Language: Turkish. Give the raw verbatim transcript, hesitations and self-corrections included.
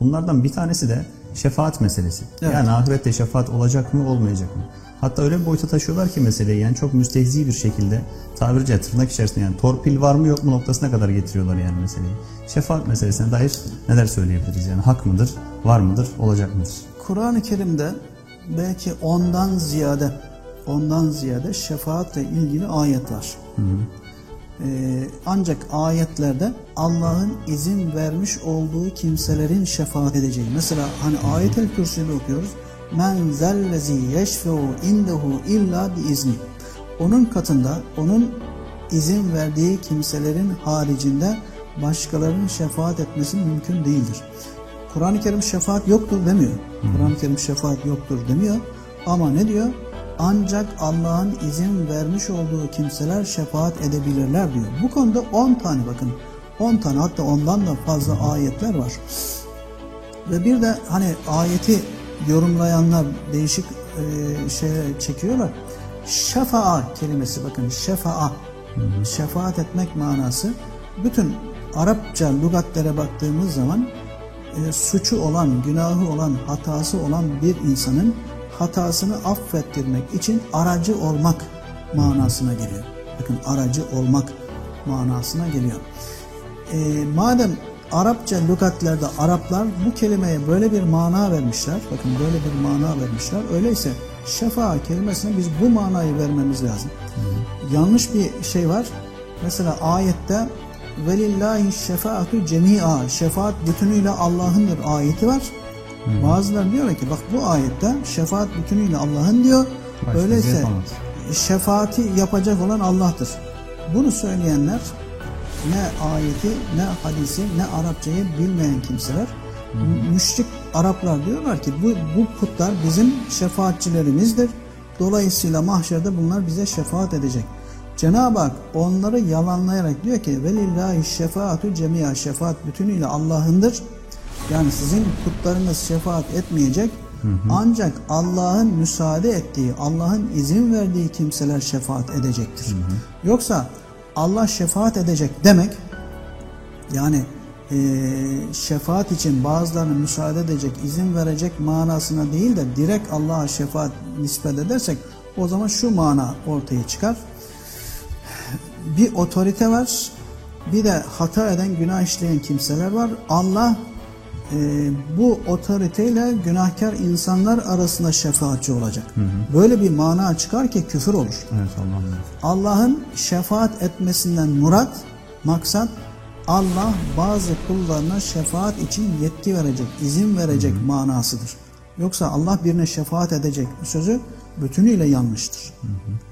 Bunlardan bir tanesi de şefaat meselesi. Evet. Yani ahirette şefaat olacak mı, olmayacak mı? Hatta öyle bir boyuta taşıyorlar ki meseleyi, yani çok müstehzi bir şekilde, tabiri caizse tırnak içerisinde, yani torpil var mı yok mu noktasına kadar getiriyorlar yani meseleyi. Şefaat meselesine dair neler söyleyebiliriz? Yani hak mıdır, var mıdır, olacak mıdır? Kur'an-ı Kerim'de belki ondan ziyade ondan ziyade şefaatle ilgili ayet var. Hı hı. Ee, ancak ayetlerde Allah'ın izin vermiş olduğu kimselerin şefaat edeceği. Mesela hani Ayet-el Kürsü'de okuyoruz. Men zellezi yeşfeu indehu illa bi izni. Onun katında, onun izin verdiği kimselerin haricinde başkalarının şefaat etmesi mümkün değildir. Kur'an-ı Kerim şefaat yoktur demiyor. Kur'an-ı Kerim şefaat yoktur demiyor. Ama ne diyor? Ancak Allah'ın izin vermiş olduğu kimseler şefaat edebilirler diyor. Bu konuda on tane, bakın on tane, hatta ondan da fazla ayetler var. Ve bir de hani ayeti yorumlayanlar değişik e, şey çekiyorlar. Şefa'a kelimesi, bakın şefa'a, şefaat etmek manası, bütün Arapça lügatlere baktığımız zaman e, suçu olan, günahı olan, hatası olan bir insanın hatasını affettirmek için aracı olmak manasına geliyor. Bakın aracı olmak manasına geliyor. E, madem Arapça lügatlerde Araplar bu kelimeye böyle bir mana vermişler, bakın böyle bir mana vermişler, öyleyse şefa kelimesine biz bu manayı vermemiz lazım. Hı. Yanlış bir şey var. Mesela ayette velillahi şefaatu cemi'a, şefaat bütünüyle Allah'ındır ayeti var. Hmm. Bazıları diyorlar ki bak bu ayette şefaat bütünüyle Allah'ın diyor. Başka öyleyse şefaati yapacak olan Allah'tır. Bunu söyleyenler ne ayeti, ne hadisi, ne Arapçayı bilmeyen kimseler. Hmm. Müşrik Araplar diyorlar ki bu, bu putlar bizim şefaatçilerimizdir. Dolayısıyla mahşerde bunlar bize şefaat edecek. Cenab-ı Hak onları yalanlayarak diyor ki velillahi şefaatu cemi'a, şefaat bütünüyle Allah'ındır. Yani sizin putlarınız şefaat etmeyecek. Hı hı. Ancak Allah'ın müsaade ettiği, Allah'ın izin verdiği kimseler şefaat edecektir. Hı hı. Yoksa Allah şefaat edecek demek, yani e, şefaat için bazılarına müsaade edecek, izin verecek manasına değil de direkt Allah'a şefaat nispet edersek o zaman şu mana ortaya çıkar. Bir otorite var, bir de hata eden, günah işleyen kimseler var. Allah e, bu otoriteyle günahkar insanlar arasında şefaatçi olacak. Hı hı. Böyle bir mana çıkar ki küfür olur. Evet, Allah'ın Allah'ın şefaat etmesinden murat, maksat Allah bazı kullarına şefaat için yetki verecek, izin verecek hı hı. manasıdır. Yoksa Allah birine şefaat edecek sözü bütünüyle yanlıştır. Hı hı.